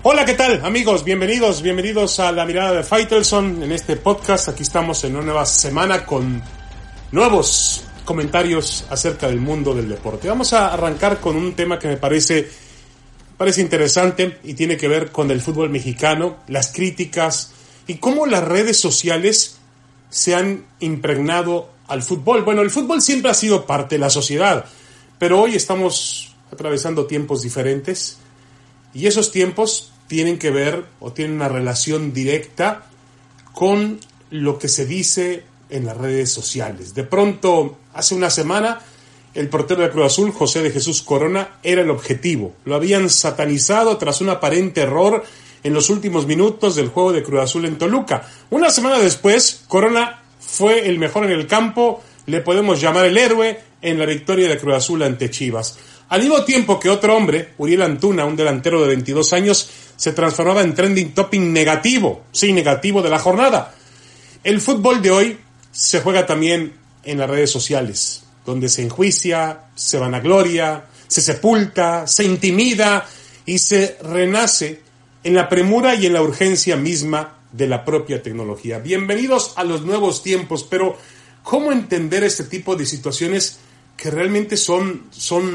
Hola, ¿qué tal, amigos? Bienvenidos a La Mirada de Faitelson. En este podcast, aquí estamos en una nueva semana con nuevos comentarios acerca del mundo del deporte. Vamos a arrancar con un tema que me parece interesante y tiene que ver con el fútbol mexicano, las críticas y cómo las redes sociales se han impregnado al fútbol. Bueno, el fútbol siempre ha sido parte de la sociedad, pero hoy estamos atravesando tiempos diferentes y esos tiempos tienen que ver o tienen una relación directa con lo que se dice en las redes sociales. De pronto, hace una semana, el portero de Cruz Azul, José de Jesús Corona, era el objetivo. Lo habían satanizado tras un aparente error en los últimos minutos del juego de Cruz Azul en Toluca. Una semana después, Corona fue el mejor en el campo, le podemos llamar el héroe en la victoria de Cruz Azul ante Chivas. Al mismo tiempo que otro hombre, Uriel Antuna, un delantero de 22 años, se transformaba en trending topic negativo de la jornada. El fútbol de hoy se juega también en las redes sociales, donde se enjuicia, se vanagloria, se sepulta, se intimida y se renace en la premura y en la urgencia misma de la propia tecnología. Bienvenidos a los nuevos tiempos, pero ¿cómo entender este tipo de situaciones que realmente son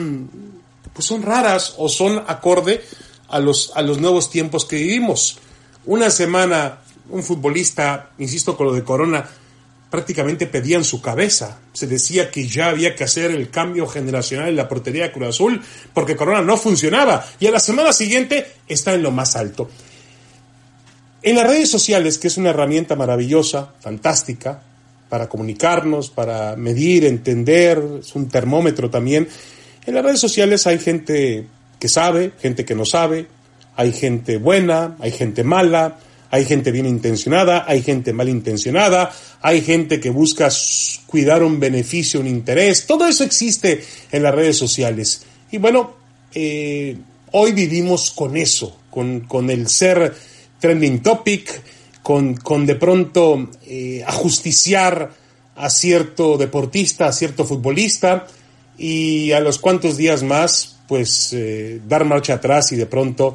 raras o son acorde a los nuevos tiempos que vivimos? Una semana, un futbolista, insisto con lo de Corona, prácticamente pedían su cabeza. Se decía que ya había que hacer el cambio generacional en la portería de Cruz Azul porque Corona no funcionaba, y a la semana siguiente está en lo más alto. En las redes sociales, que es una herramienta maravillosa, fantástica, para comunicarnos, para medir, entender, es un termómetro también. En las redes sociales hay gente que sabe, gente que no sabe, hay gente buena, hay gente mala, hay gente bien intencionada, hay gente mal intencionada, hay gente que busca cuidar un beneficio, un interés. Todo eso existe en las redes sociales. Y bueno, hoy vivimos con eso, con el ser trending topic, con de pronto ajusticiar a cierto deportista, a cierto futbolista, y a los cuantos días más, pues dar marcha atrás y de pronto,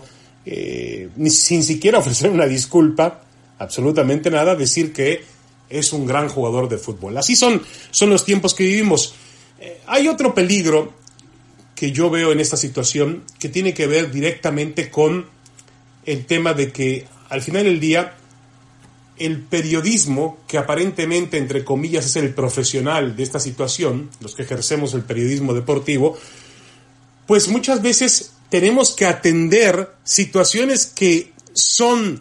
sin siquiera ofrecer una disculpa, absolutamente nada, decir que es un gran jugador de fútbol. Así son los tiempos que vivimos. Hay otro peligro que yo veo en esta situación que tiene que ver directamente con el tema de que al final del día el periodismo, que aparentemente, entre comillas, es el profesional de esta situación, los que ejercemos el periodismo deportivo, pues muchas veces tenemos que atender situaciones que son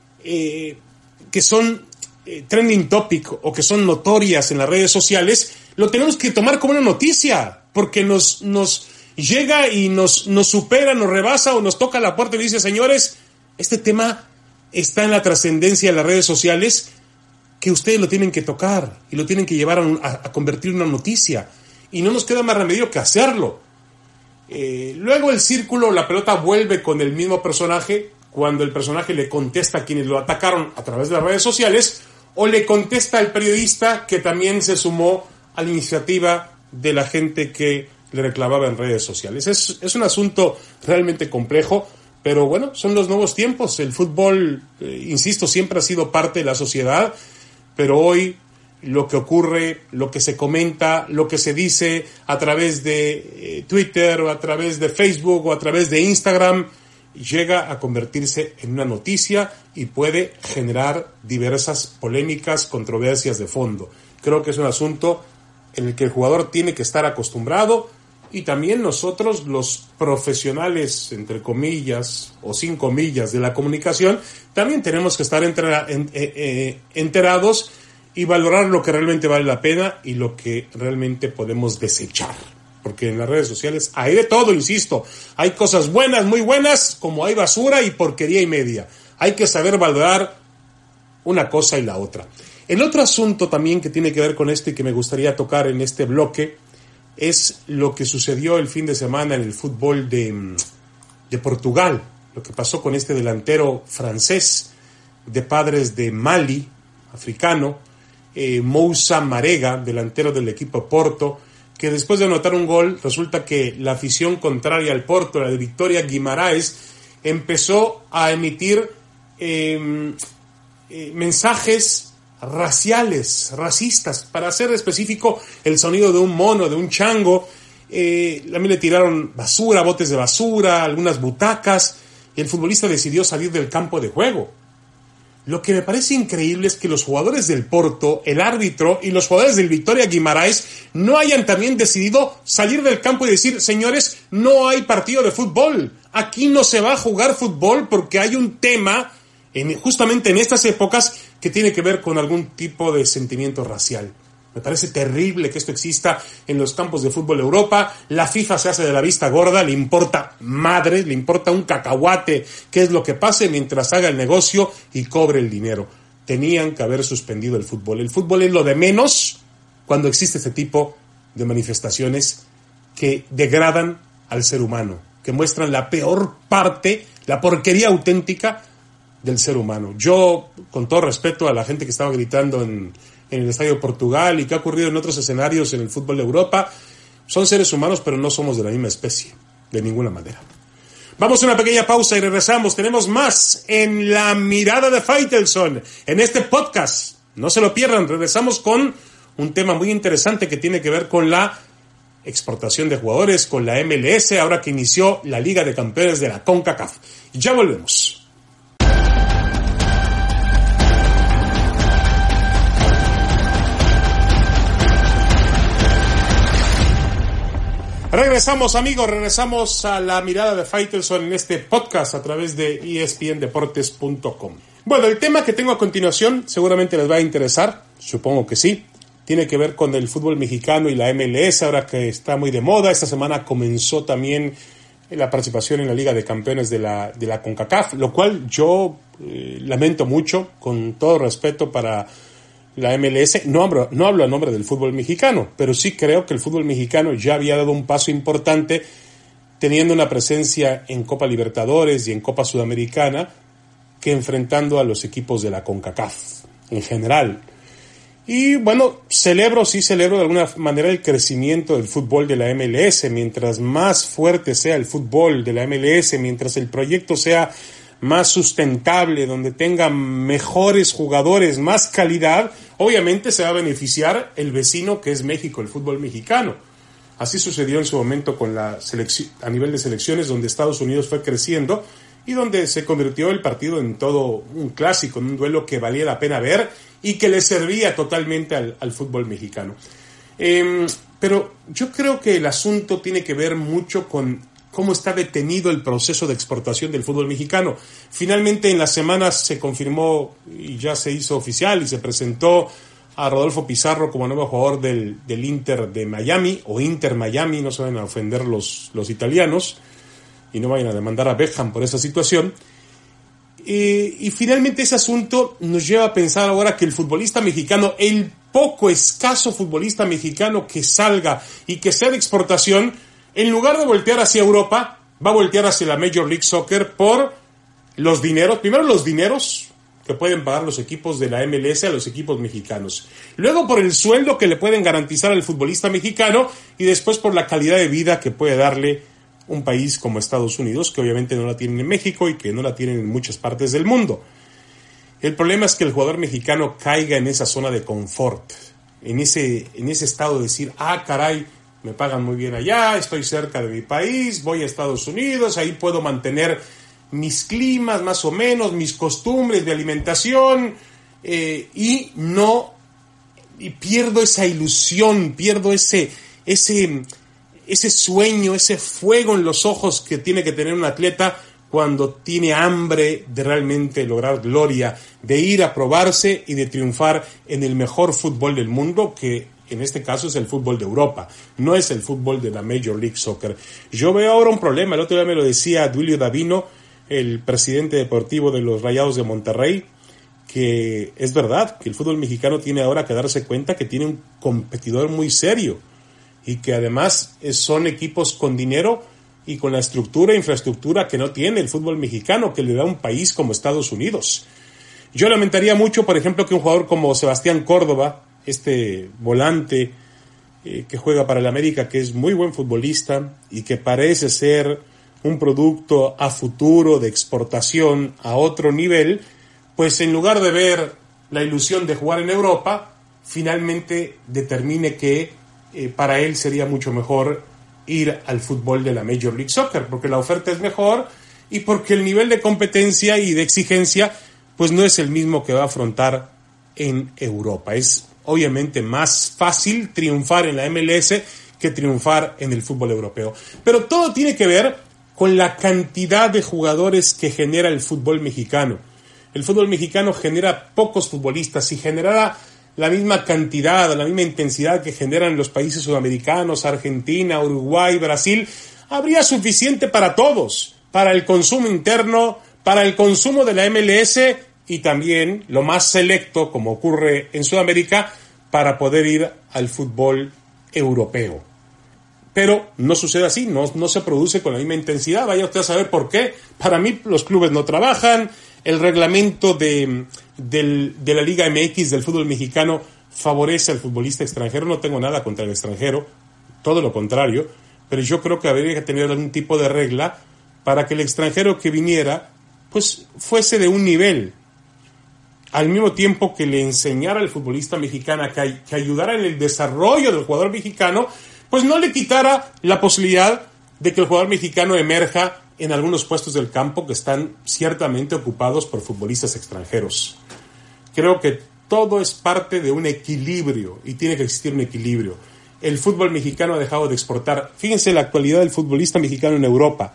trending topic o que son notorias en las redes sociales. Lo tenemos que tomar como una noticia, porque nos llega y nos supera, nos rebasa o nos toca la puerta y dice: señores, este tema está en la trascendencia de las redes sociales, que ustedes lo tienen que tocar y lo tienen que llevar a convertir en una noticia, y no nos queda más remedio que hacerlo. Luego el círculo, la pelota vuelve con el mismo personaje cuando el personaje le contesta a quienes lo atacaron a través de las redes sociales, o le contesta al periodista que también se sumó a la iniciativa de la gente que le reclamaba en redes sociales. Es un asunto realmente complejo. Pero bueno, son los nuevos tiempos. El fútbol, insisto, siempre ha sido parte de la sociedad, pero hoy lo que ocurre, lo que se comenta, lo que se dice a través de Twitter o a través de Facebook o a través de Instagram, llega a convertirse en una noticia y puede generar diversas polémicas, controversias de fondo. Creo que es un asunto en el que el jugador tiene que estar acostumbrado, y también nosotros, los profesionales, entre comillas o sin comillas, de la comunicación, también tenemos que estar enterados y valorar lo que realmente vale la pena y lo que realmente podemos desechar. Porque en las redes sociales hay de todo, insisto. Hay cosas buenas, muy buenas, como hay basura y porquería y media. Hay que saber valorar una cosa y la otra. El otro asunto también que tiene que ver con esto y que me gustaría tocar en este bloque es lo que sucedió el fin de semana en el fútbol de Portugal, lo que pasó con este delantero francés de padres de Mali, africano, Moussa Marega, delantero del equipo Porto, que después de anotar un gol, resulta que la afición contraria al Porto, la de Victoria Guimaraes, empezó a emitir mensajes raciales, racistas, para ser específico, el sonido de un mono, de un chango. También le tiraron basura, botes de basura, algunas butacas, y el futbolista decidió salir del campo de juego. Lo que me parece increíble es que los jugadores del Porto, el árbitro y los jugadores del Vitória Guimarães no hayan también decidido salir del campo y decir: señores, no hay partido de fútbol, aquí no se va a jugar fútbol porque hay un tema, justamente en estas épocas, que tiene que ver con algún tipo de sentimiento racial. Me parece terrible que esto exista en los campos de fútbol de Europa. La FIFA se hace de la vista gorda, le importa madre, le importa un cacahuate qué es lo que pase mientras haga el negocio y cobre el dinero. Tenían que haber suspendido el fútbol. El fútbol es lo de menos cuando existe este tipo de manifestaciones que degradan al ser humano, que muestran la peor parte, la porquería auténtica del ser humano. Yo, con todo respeto a la gente que estaba gritando en el Estadio de Portugal y que ha ocurrido en otros escenarios en el fútbol de Europa, son seres humanos, pero no somos de la misma especie, de ninguna manera. Vamos a una pequeña pausa y regresamos. Tenemos más en La Mirada de Faitelson, en este podcast. No se lo pierdan, regresamos con un tema muy interesante que tiene que ver con la exportación de jugadores, con la MLS, ahora que inició la Liga de Campeones de la CONCACAF. Ya volvemos. Regresamos, amigos, regresamos a La Mirada de Faitelson en este podcast a través de espndeportes.com. Bueno, el tema que tengo a continuación seguramente les va a interesar, supongo que sí. Tiene que ver con el fútbol mexicano y la MLS, ahora que está muy de moda. Esta semana comenzó también la participación en la Liga de Campeones de la CONCACAF, lo cual yo lamento mucho, con todo respeto para la MLS. No hablo a nombre del fútbol mexicano, pero sí creo que el fútbol mexicano ya había dado un paso importante teniendo una presencia en Copa Libertadores y en Copa Sudamericana que enfrentando a los equipos de la CONCACAF en general. Y bueno, celebro de alguna manera el crecimiento del fútbol de la MLS. Mientras más fuerte sea el fútbol de la MLS, mientras el proyecto sea más sustentable, donde tenga mejores jugadores, más calidad, obviamente se va a beneficiar el vecino que es México, el fútbol mexicano. Así sucedió en su momento con la selección, a nivel de selecciones, donde Estados Unidos fue creciendo y donde se convirtió el partido en todo un clásico, en un duelo que valía la pena ver y que le servía totalmente al fútbol mexicano. Pero yo creo que el asunto tiene que ver mucho con cómo está detenido el proceso de exportación del fútbol mexicano. Finalmente en las semanas se confirmó y ya se hizo oficial y se presentó a Rodolfo Pizarro como nuevo jugador del Inter de Miami, o Inter Miami, no se vayan a ofender los italianos y no vayan a demandar a Beckham por esa situación. Y finalmente ese asunto nos lleva a pensar ahora que el futbolista mexicano, el poco escaso futbolista mexicano que salga y que sea de exportación, en lugar de voltear hacia Europa, va a voltear hacia la Major League Soccer por los dineros. Primero los dineros que pueden pagar los equipos de la MLS a los equipos mexicanos. Luego por el sueldo que le pueden garantizar al futbolista mexicano y después por la calidad de vida que puede darle un país como Estados Unidos, que obviamente no la tienen en México y que no la tienen en muchas partes del mundo. El problema es que el jugador mexicano caiga en esa zona de confort, en ese estado de decir, caray, me pagan muy bien allá, estoy cerca de mi país, voy a Estados Unidos, ahí puedo mantener mis climas más o menos, mis costumbres de alimentación, y pierdo esa ilusión, pierdo ese sueño, ese fuego en los ojos que tiene que tener un atleta cuando tiene hambre de realmente lograr gloria, de ir a probarse y de triunfar en el mejor fútbol del mundo, que en este caso es el fútbol de Europa, no es el fútbol de la Major League Soccer. Yo veo ahora un problema, el otro día me lo decía Duilio Davino, el presidente deportivo de los Rayados de Monterrey, que es verdad que el fútbol mexicano tiene ahora que darse cuenta que tiene un competidor muy serio y que además son equipos con dinero y con la estructura e infraestructura que no tiene el fútbol mexicano, que le da un país como Estados Unidos. Yo lamentaría mucho, por ejemplo, que un jugador como Sebastián Córdoba, este volante que juega para el América, que es muy buen futbolista y que parece ser un producto a futuro de exportación a otro nivel, pues en lugar de ver la ilusión de jugar en Europa, finalmente determine que para él sería mucho mejor ir al fútbol de la Major League Soccer, porque la oferta es mejor y porque el nivel de competencia y de exigencia pues no es el mismo que va a afrontar en Europa. Es obviamente más fácil triunfar en la MLS que triunfar en el fútbol europeo. Pero todo tiene que ver con la cantidad de jugadores que genera el fútbol mexicano. El fútbol mexicano genera pocos futbolistas. Si generara la misma cantidad, la misma intensidad que generan los países sudamericanos, Argentina, Uruguay, Brasil, habría suficiente para todos, para el consumo interno, para el consumo de la MLS y también lo más selecto, como ocurre en Sudamérica, para poder ir al fútbol europeo. Pero no sucede así, no se produce con la misma intensidad. Vaya usted a saber por qué. Para mí los clubes no trabajan, el reglamento de la Liga MX del fútbol mexicano favorece al futbolista extranjero. No tengo nada contra el extranjero, todo lo contrario, pero yo creo que habría que tener algún tipo de regla para que el extranjero que viniera pues fuese de un nivel, al mismo tiempo que le enseñara al futbolista mexicano que ayudara en el desarrollo del jugador mexicano, pues no le quitara la posibilidad de que el jugador mexicano emerja en algunos puestos del campo que están ciertamente ocupados por futbolistas extranjeros. Creo que todo es parte de un equilibrio y tiene que existir un equilibrio. El fútbol mexicano ha dejado de exportar. Fíjense la actualidad del futbolista mexicano en Europa.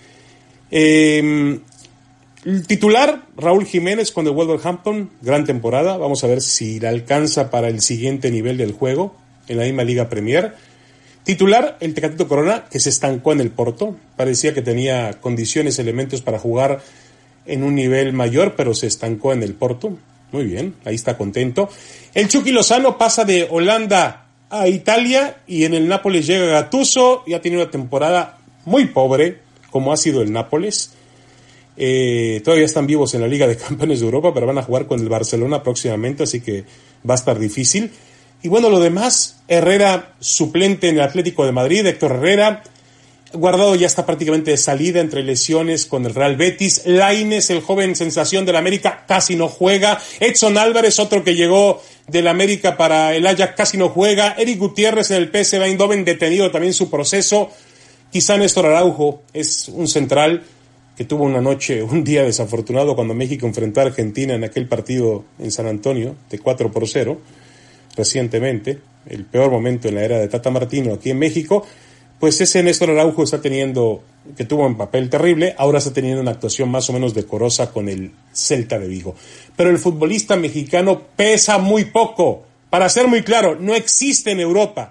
El titular, Raúl Jiménez con el Wolverhampton, gran temporada. Vamos a ver si la alcanza para el siguiente nivel del juego en la misma Liga Premier. Titular, el Tecatito Corona, que se estancó en el Porto. Parecía que tenía condiciones, elementos para jugar en un nivel mayor, pero se estancó en el Porto. Muy bien, ahí está contento. El Chucky Lozano pasa de Holanda a Italia y en el Nápoles llega Gattuso y ha tenido una temporada muy pobre, como ha sido el Nápoles. Todavía están vivos en la Liga de Campeones de Europa, pero van a jugar con el Barcelona próximamente, así que va a estar difícil. Y bueno, lo demás, Herrera suplente en el Atlético de Madrid, Héctor Herrera, Guardado ya está prácticamente de salida entre lesiones con el Real Betis, Lainez, el joven sensación del América, casi no juega, Edson Álvarez, otro que llegó del América para el Ajax, casi no juega, Eric Gutiérrez en el PSV Eindhoven, detenido también su proceso, quizá Néstor Araujo es un central que tuvo un día desafortunado cuando México enfrentó a Argentina en aquel partido en San Antonio de 4-0, recientemente, el peor momento en la era de Tata Martino aquí en México. Pues ese Néstor Araujo que tuvo un papel terrible, ahora está teniendo una actuación más o menos decorosa con el Celta de Vigo. Pero el futbolista mexicano pesa muy poco. Para ser muy claro, no existe en Europa.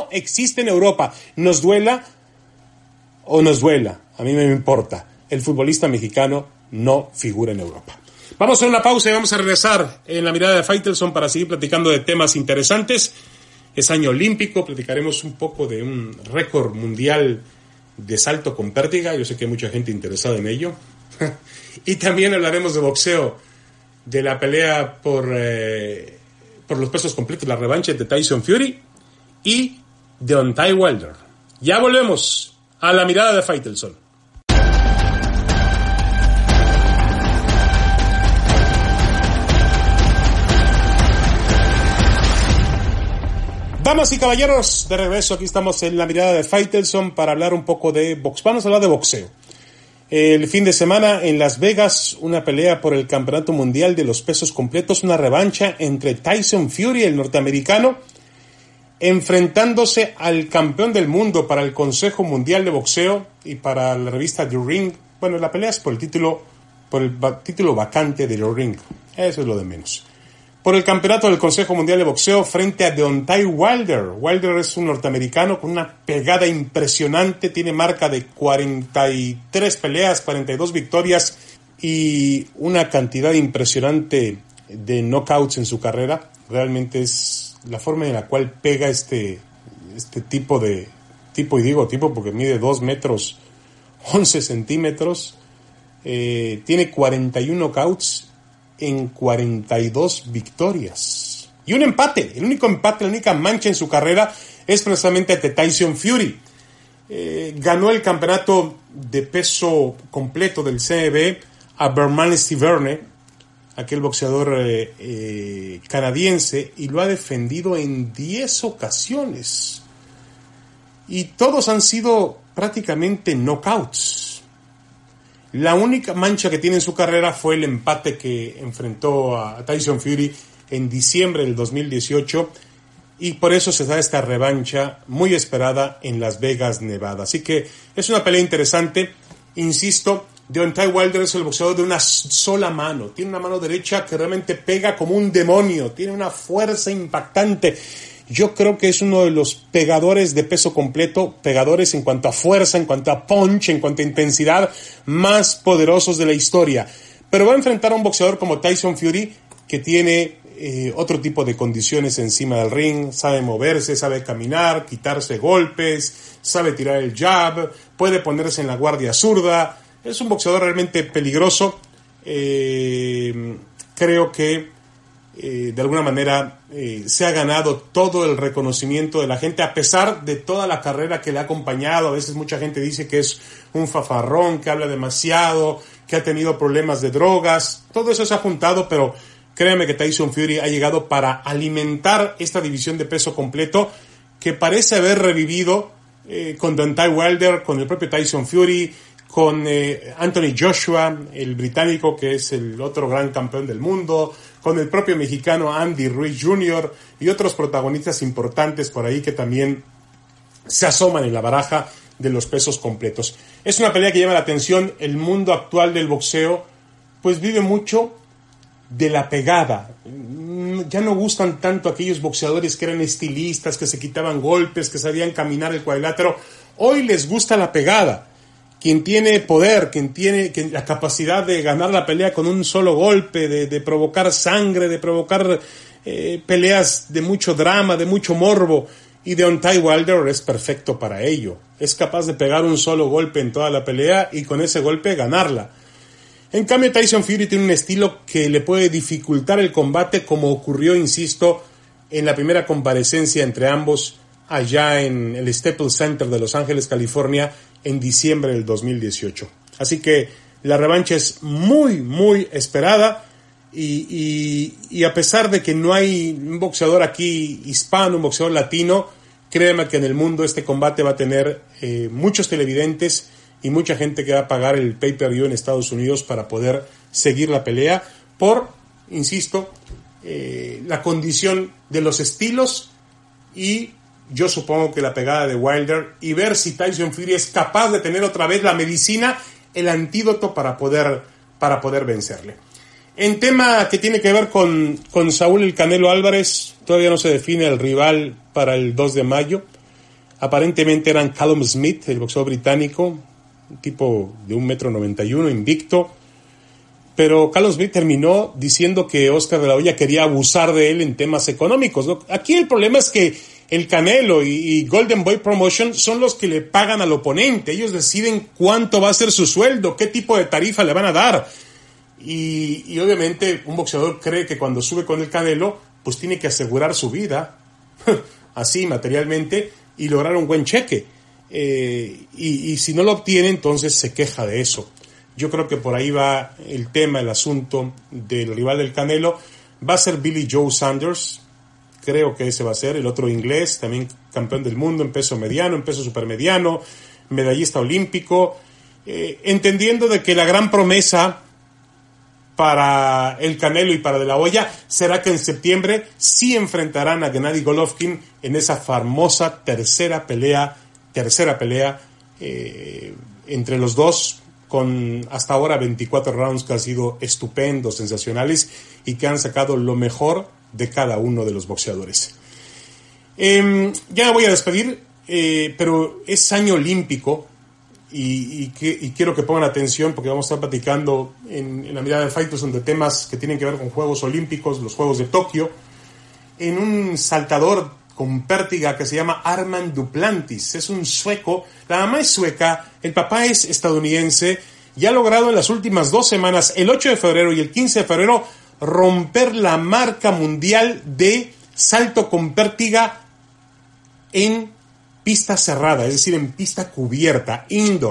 Nos duela o nos duela, a mí me importa. El futbolista mexicano no figura en Europa. Vamos a hacer una pausa y vamos a regresar en la mirada de Faitelson para seguir platicando de temas interesantes. Es año olímpico, platicaremos un poco de un récord mundial de salto con pértiga, yo sé que hay mucha gente interesada en ello. Y también hablaremos de boxeo, de la pelea por los pesos completos, la revancha de Tyson Fury y de Deontay Wilder. Ya volvemos a la mirada de Faitelson. Damas y caballeros, de regreso, aquí estamos en la mirada de Faitelson para hablar un poco de boxeo. Vamos a hablar de boxeo. El fin de semana en Las Vegas, una pelea por el campeonato mundial de los pesos completos, una revancha entre Tyson Fury, el norteamericano, enfrentándose al campeón del mundo para el Consejo Mundial de Boxeo y para la revista The Ring. Bueno, la pelea es por el título vacante de The Ring. Eso es lo de menos. Por el campeonato del Consejo Mundial de Boxeo frente a Deontay Wilder. Wilder es un norteamericano con una pegada impresionante, tiene marca de 43 peleas, 42 victorias y una cantidad impresionante de knockouts en su carrera. Realmente es la forma en la cual pega este tipo y digo tipo porque mide 2 metros 11 centímetros, tiene 41 knockouts en 42 victorias. Y un empate, el único empate, la única mancha en su carrera es precisamente ante Tyson Fury. Ganó el campeonato de peso completo del CMB a Bermane Stiverne, aquel boxeador canadiense, y lo ha defendido en 10 ocasiones. Y todos han sido prácticamente knockouts. La única mancha que tiene en su carrera fue el empate que enfrentó a Tyson Fury en diciembre del 2018, y por eso se da esta revancha muy esperada en Las Vegas, Nevada. Así que es una pelea interesante. Insisto, Deontay Wilder es el boxeador de una sola mano. Tiene una mano derecha que realmente pega como un demonio. Tiene una fuerza impactante. Yo creo que es uno de los pegadores de peso completo, pegadores en cuanto a fuerza, en cuanto a punch, en cuanto a intensidad, más poderosos de la historia. Pero va a enfrentar a un boxeador como Tyson Fury, que tiene otro tipo de condiciones encima del ring. Sabe moverse, sabe caminar, quitarse golpes, sabe tirar el jab, puede ponerse en la guardia zurda. Es un boxeador realmente peligroso. Creo que de alguna manera se ha ganado todo el reconocimiento de la gente, a pesar de toda la carrera que le ha acompañado. A veces mucha gente dice que es un fafarrón, que habla demasiado, que ha tenido problemas de drogas. Todo eso se ha juntado, pero créanme que Tyson Fury ha llegado para alimentar esta división de peso completo, que parece haber revivido con Deontay Wilder, con el propio Tyson Fury, con Anthony Joshua, el británico, que es el otro gran campeón del mundo, con el propio mexicano Andy Ruiz Jr. y otros protagonistas importantes por ahí que también se asoman en la baraja de los pesos completos. Es una pelea que llama la atención. El mundo actual del boxeo pues vive mucho de la pegada. Ya no gustan tanto aquellos boxeadores que eran estilistas, que se quitaban golpes, que sabían caminar el cuadrilátero. Hoy les gusta la pegada. Quien tiene poder, quien tiene la capacidad de ganar la pelea con un solo golpe, de provocar sangre, de provocar peleas de mucho drama, de mucho morbo. Y Deontay Wilder es perfecto para ello. Es capaz de pegar un solo golpe en toda la pelea y con ese golpe ganarla. En cambio, Tyson Fury tiene un estilo que le puede dificultar el combate, como ocurrió, insisto, en la primera comparecencia entre ambos allá en el Staples Center de Los Ángeles, California, en diciembre del 2018. Así que la revancha es muy, muy esperada, y a pesar de que no hay un boxeador aquí hispano, un boxeador latino, créeme que en el mundo este combate va a tener muchos televidentes y mucha gente que va a pagar el pay-per-view en Estados Unidos para poder seguir la pelea por, insisto, la condición de los estilos, y yo supongo que la pegada de Wilder, y ver si Tyson Fury es capaz de tener otra vez la medicina, el antídoto para poder vencerle. En tema que tiene que ver con Saúl el Canelo Álvarez, todavía no se define el rival para el 2 de mayo. Aparentemente eran Callum Smith, el boxeador británico, un tipo de 1,91 m, invicto. Pero Callum Smith terminó diciendo que Oscar de la Hoya quería abusar de él en temas económicos, ¿no? Aquí el problema es que el Canelo y Golden Boy Promotion son los que le pagan al oponente. Ellos deciden cuánto va a ser su sueldo, qué tipo de tarifa le van a dar. Y obviamente un boxeador cree que cuando sube con el Canelo, pues tiene que asegurar su vida, así materialmente, y lograr un buen cheque. Y si no lo obtiene, entonces se queja de eso. Yo creo que por ahí va el tema, el asunto del rival del Canelo. Va a ser Billy Joe Saunders, creo que ese va a ser, el otro inglés, también campeón del mundo en peso mediano, en peso supermediano, medallista olímpico, entendiendo de que la gran promesa para el Canelo y para De La Hoya será que en septiembre sí enfrentarán a Gennady Golovkin en esa famosa tercera pelea entre los dos, con hasta ahora 24 rounds que han sido estupendos, sensacionales, y que han sacado lo mejor de cada uno de los boxeadores. Ya me voy a despedir, pero es año olímpico, y quiero que pongan atención, porque vamos a estar platicando en la mirada de Faitelson de temas que tienen que ver con Juegos Olímpicos, los Juegos de Tokio, en un saltador con pértiga que se llama Armand Duplantis. Es un sueco, la mamá es sueca, el papá es estadounidense, y ha logrado en las últimas 2 semanas, el 8 de febrero y el 15 de febrero, romper la marca mundial de salto con pértiga en pista cerrada, es decir, en pista cubierta, indoor.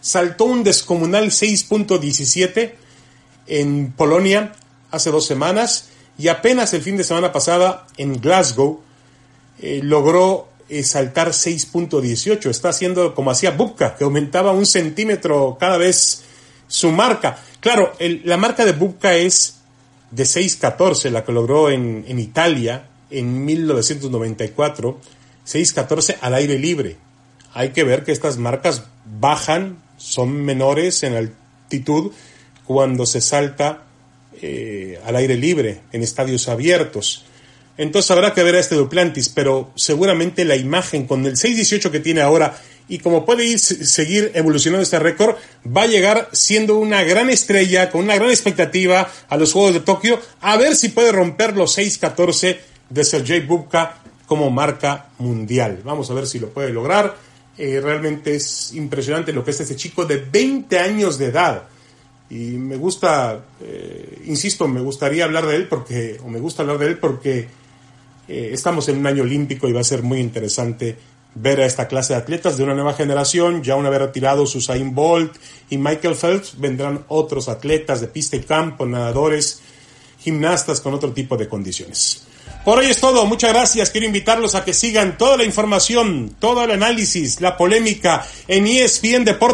saltó un descomunal 6.17 en Polonia hace 2 semanas y apenas el fin de semana pasada en Glasgow logró saltar 6.18. Está haciendo como hacía Bubka, que aumentaba 1 centímetro cada vez su marca. Claro, la marca de Bubka es de 6.14, la que logró en Italia en 1994, 6.14 al aire libre. Hay que ver que estas marcas bajan, son menores en altitud cuando se salta al aire libre, en estadios abiertos. Entonces habrá que ver a este Duplantis, pero seguramente la imagen con el 6.18 que tiene ahora y como puede seguir evolucionando este récord, va a llegar siendo una gran estrella, con una gran expectativa a los Juegos de Tokio, a ver si puede romper los 6.14 de Sergei Bubka como marca mundial. Vamos a ver si lo puede lograr. Realmente es impresionante lo que es este chico de 20 años de edad. Y me gusta, insisto, me gusta hablar de él porque estamos en un año olímpico y va a ser muy interesante ver a esta clase de atletas de una nueva generación. Ya una vez retirados Usain Bolt y Michael Phelps, vendrán otros atletas de pista y campo, nadadores, gimnastas con otro tipo de condiciones. Por hoy es todo, muchas gracias. Quiero invitarlos a que sigan toda la información, todo el análisis, la polémica en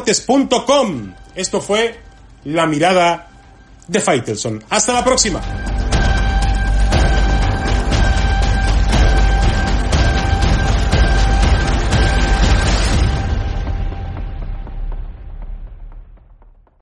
espndeportes.com. Esto fue La Mirada de Faitelson. Hasta la próxima.